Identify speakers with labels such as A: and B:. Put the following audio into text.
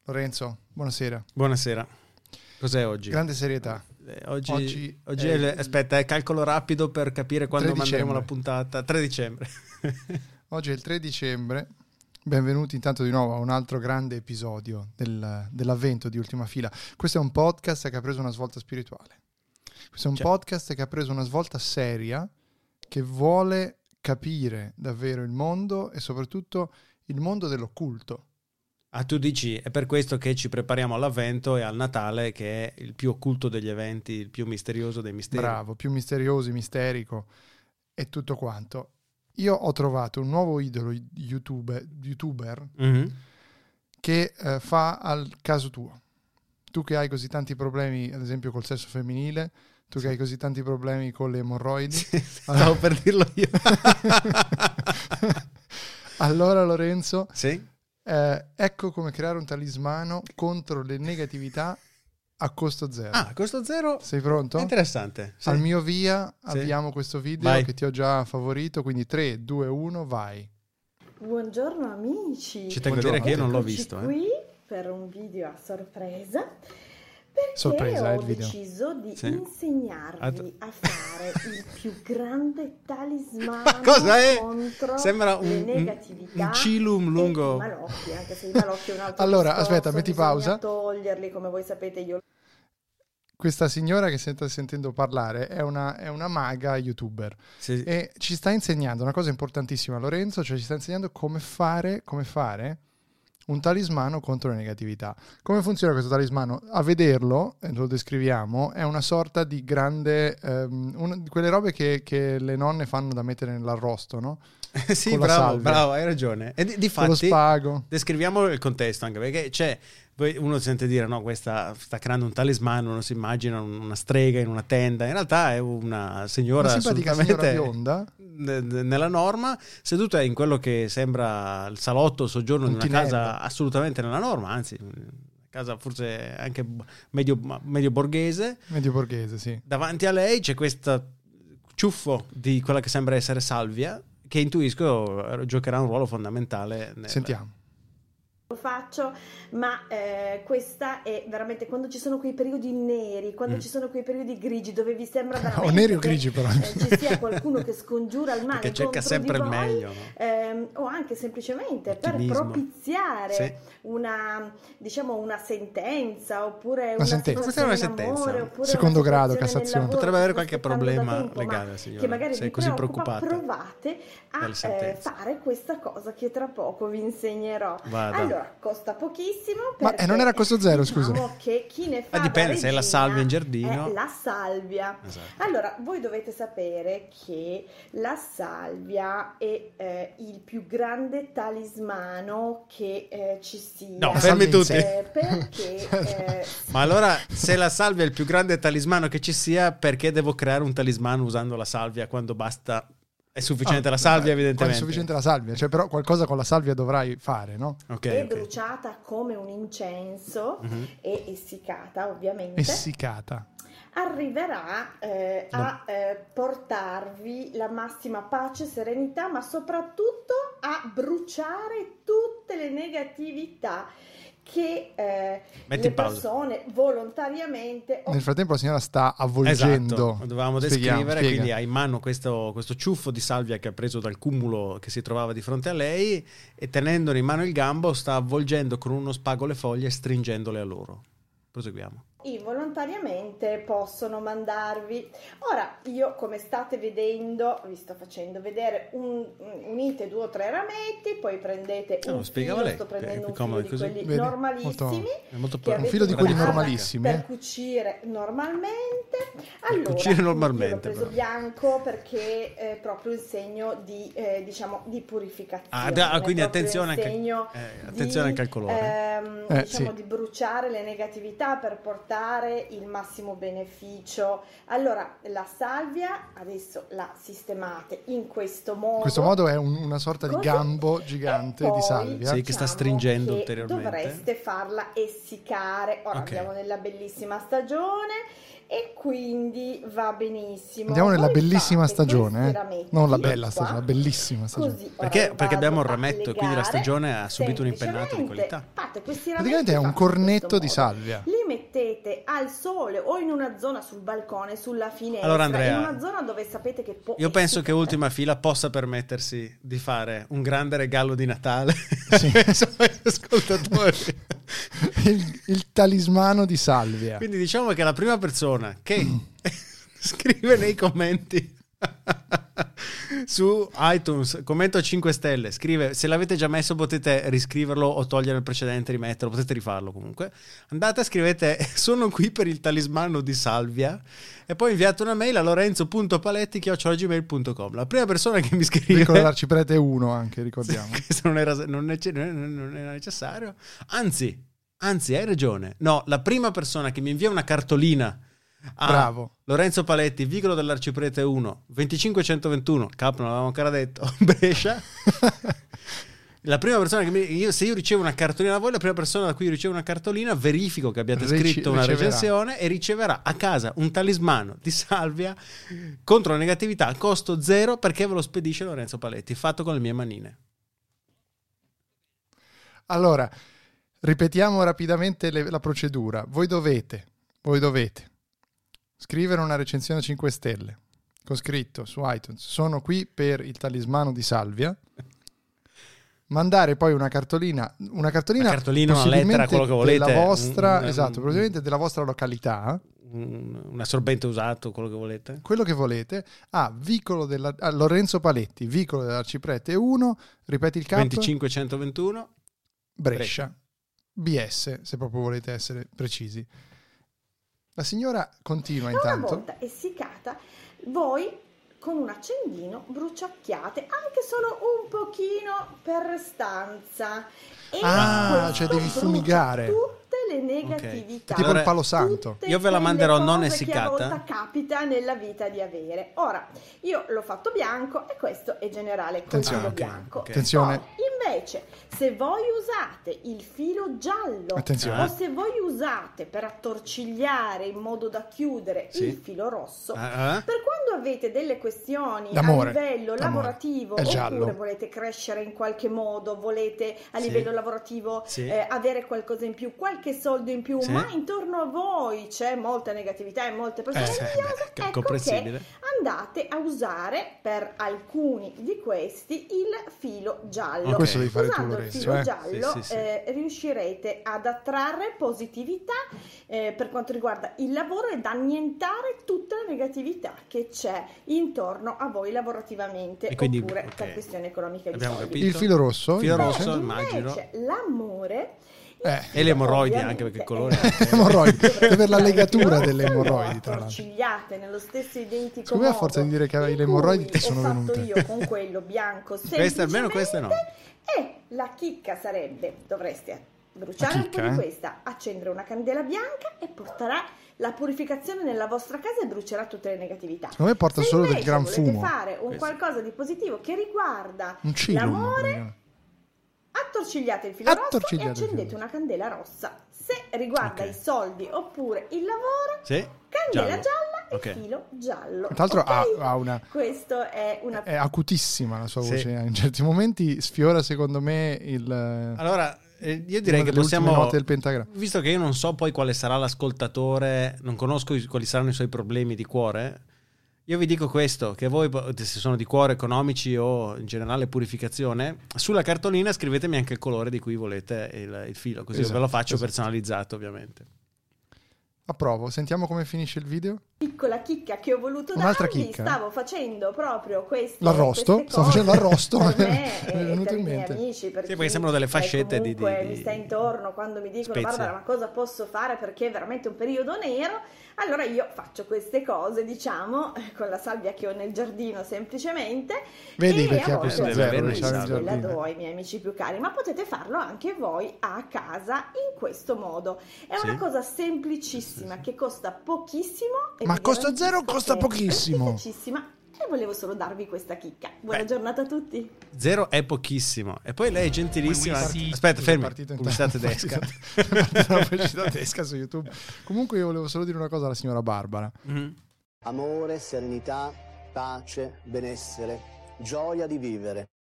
A: Lorenzo, buonasera.
B: Buonasera. Cos'è oggi?
A: Grande serietà.
B: Oggi aspetta, calcolo rapido per capire quando manderemo la puntata. 3 dicembre.
A: Oggi è il 3 dicembre. Benvenuti intanto di nuovo a un altro grande episodio dell'avvento di Ultima Fila. Questo è un podcast che ha preso una svolta spirituale. Questo è un podcast che ha preso una svolta seria, che vuole capire davvero il mondo e soprattutto il mondo dell'occulto.
B: Ah, tu dici, è per questo che ci prepariamo all'avvento e al Natale, che è il più occulto degli eventi, il più misterioso dei misteri.
A: Bravo, più misterioso, misterico e tutto quanto. Io ho trovato un nuovo idolo youtuber che fa al caso tuo. Tu che hai così tanti problemi, ad esempio col sesso femminile, tu che hai così tanti problemi con le emorroidi.
B: Stavo per dirlo io.
A: Allora Lorenzo,
B: sì?
A: Ecco come creare un talismano contro le negatività a costo zero.
B: Ah, costo zero?
A: Sei pronto?
B: È interessante. Sì.
A: Al mio via avviamo questo video. Vai. Che ti ho già favorito, quindi 3, 2, 1, vai.
C: Buongiorno amici.
B: Ci tengo a dire che io non l'ho visto.
C: Qui per un video a sorpresa. Perché
A: sorpresa,
C: ho deciso di insegnarvi a fare il più grande talismano contro
B: Sembra
C: le negatività.
B: Un cilum lungo.
C: I malocchi, anche se i malocchi è un altro
A: allora,
C: discorso,
A: aspetta, metti pausa.
C: Toglierli, come voi sapete io.
A: Questa signora che state sentendo parlare è una maga youtuber e ci sta insegnando una cosa importantissima, Lorenzo, cioè ci sta insegnando come fare un talismano contro le negatività. Come funziona questo talismano? A vederlo, lo descriviamo, è una sorta di grande... di quelle robe che le nonne fanno da mettere nell'arrosto, no?
B: Sì, bravo, hai ragione. E difatti,
A: lo spago.
B: Descriviamo il contesto, anche perché c'è... Uno sente dire, no, questa sta creando un talismano, uno si immagina una strega in una tenda, in realtà è una signora assolutamente
A: bionda
B: nella norma, seduta in quello che sembra il salotto, il soggiorno di una casa assolutamente nella norma, anzi casa forse anche medio borghese. Medio borghese, sì. Davanti a lei c'è questo ciuffo di quella che sembra essere salvia, che intuisco giocherà un ruolo fondamentale.
A: Sentiamo.
C: Lo faccio, ma questa è veramente quando ci sono quei periodi neri, quando ci sono quei periodi grigi dove vi sembra veramente
A: o neri o grigi però
C: ci sia qualcuno che scongiura il male,
B: che cerca sempre il meglio,
C: no? O anche semplicemente ottimismo, per propiziare una sentenza oppure una
A: sentenza. Oppure secondo grado, Cassazione.
B: Potrebbe avere qualche problema legale, signora,
C: che magari
B: sei così preoccupata.
C: Provate a fare questa cosa che tra poco vi insegnerò.
B: Vada.
C: Allora, costa pochissimo.
A: Ma non era costo zero, scusa.
C: Che chi ne fa
B: dipende, se è la salvia in giardino.
C: È la salvia.
B: Esatto.
C: Allora, voi dovete sapere che la salvia è il più grande talismano che ci sia.
B: No, fermi tutti.
C: Perché
B: ma allora, se la salvia è il più grande talismano che ci sia, perché devo creare un talismano usando la salvia quando basta? È sufficiente la salvia, evidentemente.
A: È sufficiente la salvia, cioè però qualcosa con la salvia dovrai fare, no?
C: È bruciata come un incenso e essiccata, ovviamente.
A: Essiccata.
C: Arriverà a portarvi la massima pace, serenità, ma soprattutto a bruciare tutte le negatività che le persone volontariamente...
A: Nel frattempo la signora sta avvolgendo.
B: Esatto, dovevamo descrivere, quindi ha in mano questo ciuffo di salvia che ha preso dal cumulo che si trovava di fronte a lei e tenendone in mano il gambo sta avvolgendo con uno spago le foglie e stringendole a loro. Proseguiamo.
C: Involontariamente possono mandarvi. Ora, io come state vedendo, vi sto facendo vedere unite 2 o 3 rametti, poi prendete un filo,
B: lei.
C: Sto prendendo un
B: filo
C: di quelli normalissimi,
A: un filo di quelli normalissimi
C: per cucire normalmente. Allora,
B: cucire normalmente,
C: io l'ho preso bianco perché è proprio il segno di di purificazione.
B: Quindi attenzione anche al colore.
C: Di bruciare le negatività per portare il massimo beneficio. Allora, la salvia adesso la sistemate in questo modo.
A: Questo modo è una sorta di gambo gigante di salvia.
B: Sì, che sta stringendo ulteriormente.
C: Dovreste farla essiccare. Ora andiamo nella bellissima stagione e quindi va benissimo.
A: Andiamo nella bellissima stagione, non la bella stagione, la bellissima stagione.
B: Perché abbiamo il rametto e quindi la stagione ha subito un'impennata di qualità.
C: Fate questi
A: Praticamente è un cornetto di salvia.
C: Li mettete al sole o in una zona sul balcone, sulla finestra,
B: allora, Andrea,
C: in una zona dove sapete che
B: io penso che Ultima Fila possa permettersi di fare un grande regalo di Natale
A: sì.
B: ai ascoltatori.
A: il talismano di salvia.
B: Quindi diciamo che la prima persona che scrive nei commenti su iTunes, commento 5 stelle, scrive: se l'avete già messo potete riscriverlo o togliere il precedente, rimetterlo, potete rifarlo comunque. Andate, scrivete: sono qui per il talismano di salvia, e poi inviate una mail a lorenzo.paletti@gmail.com. La prima persona che mi scrive,
A: con l'Arciprete 1 anche, ricordiamo.
B: Questo non era necessario. Anzi, hai ragione. No, la prima persona che mi invia una cartolina
A: bravo,
B: Lorenzo Paletti, vicolo dell'Arciprete 1, 25121, capo, non l'avevamo ancora detto, Brescia. La prima persona che se io ricevo una cartolina da voi, la prima persona da cui io ricevo una cartolina, verifico che abbiate scritto una recensione e riceverà a casa un talismano di salvia contro la negatività a costo zero, perché ve lo spedisce Lorenzo Paletti, fatto con le mie manine.
A: Allora, ripetiamo rapidamente la procedura. Voi dovete scrivere una recensione a 5 stelle con scritto su iTunes: sono qui per il talismano di salvia. Mandare poi una cartolina,
B: una lettera, quello che volete,
A: della vostra, esatto, probabilmente della vostra località,
B: un assorbente usato, quello che volete, a Lorenzo Paletti, vicolo dell'Arciprete 1, ripeti il capo, 25121,
A: Brescia, BS, se proprio volete essere precisi. La signora continua intanto.
C: Una volta essiccata, voi con un accendino bruciacchiate anche solo un pochino per stanza. E
A: cioè devi fumigare
C: tutte le negatività.
A: Tipo il palo santo.
B: Io ve la manderò non essiccata.
C: Che a volte capita nella vita di avere. Ora, io l'ho fatto bianco e questo è generale con il filo bianco.
A: Attenzione.
C: Poi, invece, se voi usate il filo giallo,
A: attenzione,
C: o se voi usate per attorcigliare in modo da chiudere il filo rosso, per quando avete delle questioni a livello lavorativo, oppure volete crescere in qualche modo, volete a livello lavorativo avere qualcosa in più, qualche soldo in più, ma intorno a voi c'è molta negatività e molte persone invidiose, ecco che andate a usare per alcuni di questi il filo giallo.
A: Questo devi fare tu,
C: Usando
A: Lorenzo,
C: il filo giallo riuscirete ad attrarre positività per quanto riguarda il lavoro ed annientare tutta la negatività che c'è intorno a voi lavorativamente,
B: quindi,
C: oppure per questioni economiche di soldi.
A: Il filo rosso,
B: immagino.
C: L'amore
B: e le emorroidi, anche perché il colore
A: emorroidi, per la legatura delle emorroidi, tra l'altro,
C: torcigliate nello stesso identico
A: modo. A forza di dire che avevi le emorroidi ti sono venute.
C: Io con quello bianco
B: queste almeno queste no.
C: E la chicca sarebbe: dovreste bruciare un po' di questa, accendere una candela bianca e porterà la purificazione nella vostra casa e brucerà tutte le negatività.
A: Secondo me porta solo del gran fumo.
C: Se volete fare un qualcosa di positivo che riguarda l'amore, attorcigliate il filo rosso e accendete una candela rossa. Se riguarda i soldi oppure il lavoro, candela gialla e filo giallo.
A: Tra l'altro ha una...
C: Questo è
A: acutissima la sua voce, in certi momenti sfiora secondo me il...
B: Allora, io direi che possiamo,
A: note del pentagramma.
B: Visto che io non so poi quale sarà l'ascoltatore, non conosco quali saranno i suoi problemi di cuore, io vi dico questo, che voi, se sono di cuore, economici o in generale purificazione, sulla cartolina scrivetemi anche il colore di cui volete il filo, così ve lo faccio personalizzato, ovviamente.
A: Approvo. Sentiamo come finisce il video.
C: Piccola chicca che ho voluto
A: Un'altra
C: darvi,
A: chicca.
C: Stavo facendo proprio
A: l'arrosto, stavo facendo l'arrosto
C: per me
A: è venuto
C: per
A: in
C: i miei
A: mente.
C: amici,
B: perché sembrano delle fascette di
C: mi sta intorno quando mi dicono: Barbara, ma cosa posso fare perché è veramente un periodo nero? Allora io faccio queste cose, diciamo, con la salvia che ho nel giardino semplicemente.
A: Vedi
C: e
A: perché ha questo zero,
C: la do ai miei amici più cari, ma potete farlo anche voi a casa in questo modo. È una cosa semplicissima che costa pochissimo.
A: Ma costa zero, costa pochissimo.
C: E volevo solo darvi questa chicca. Buona giornata a tutti.
B: Zero è pochissimo. E poi lei è gentilissima. Aspetta, fermi. Pubblicità tedesca.
A: Pubblicità tedesca su YouTube. Comunque io volevo solo dire una cosa alla signora Barbara.
D: Amore, serenità, pace, benessere, gioia di vivere.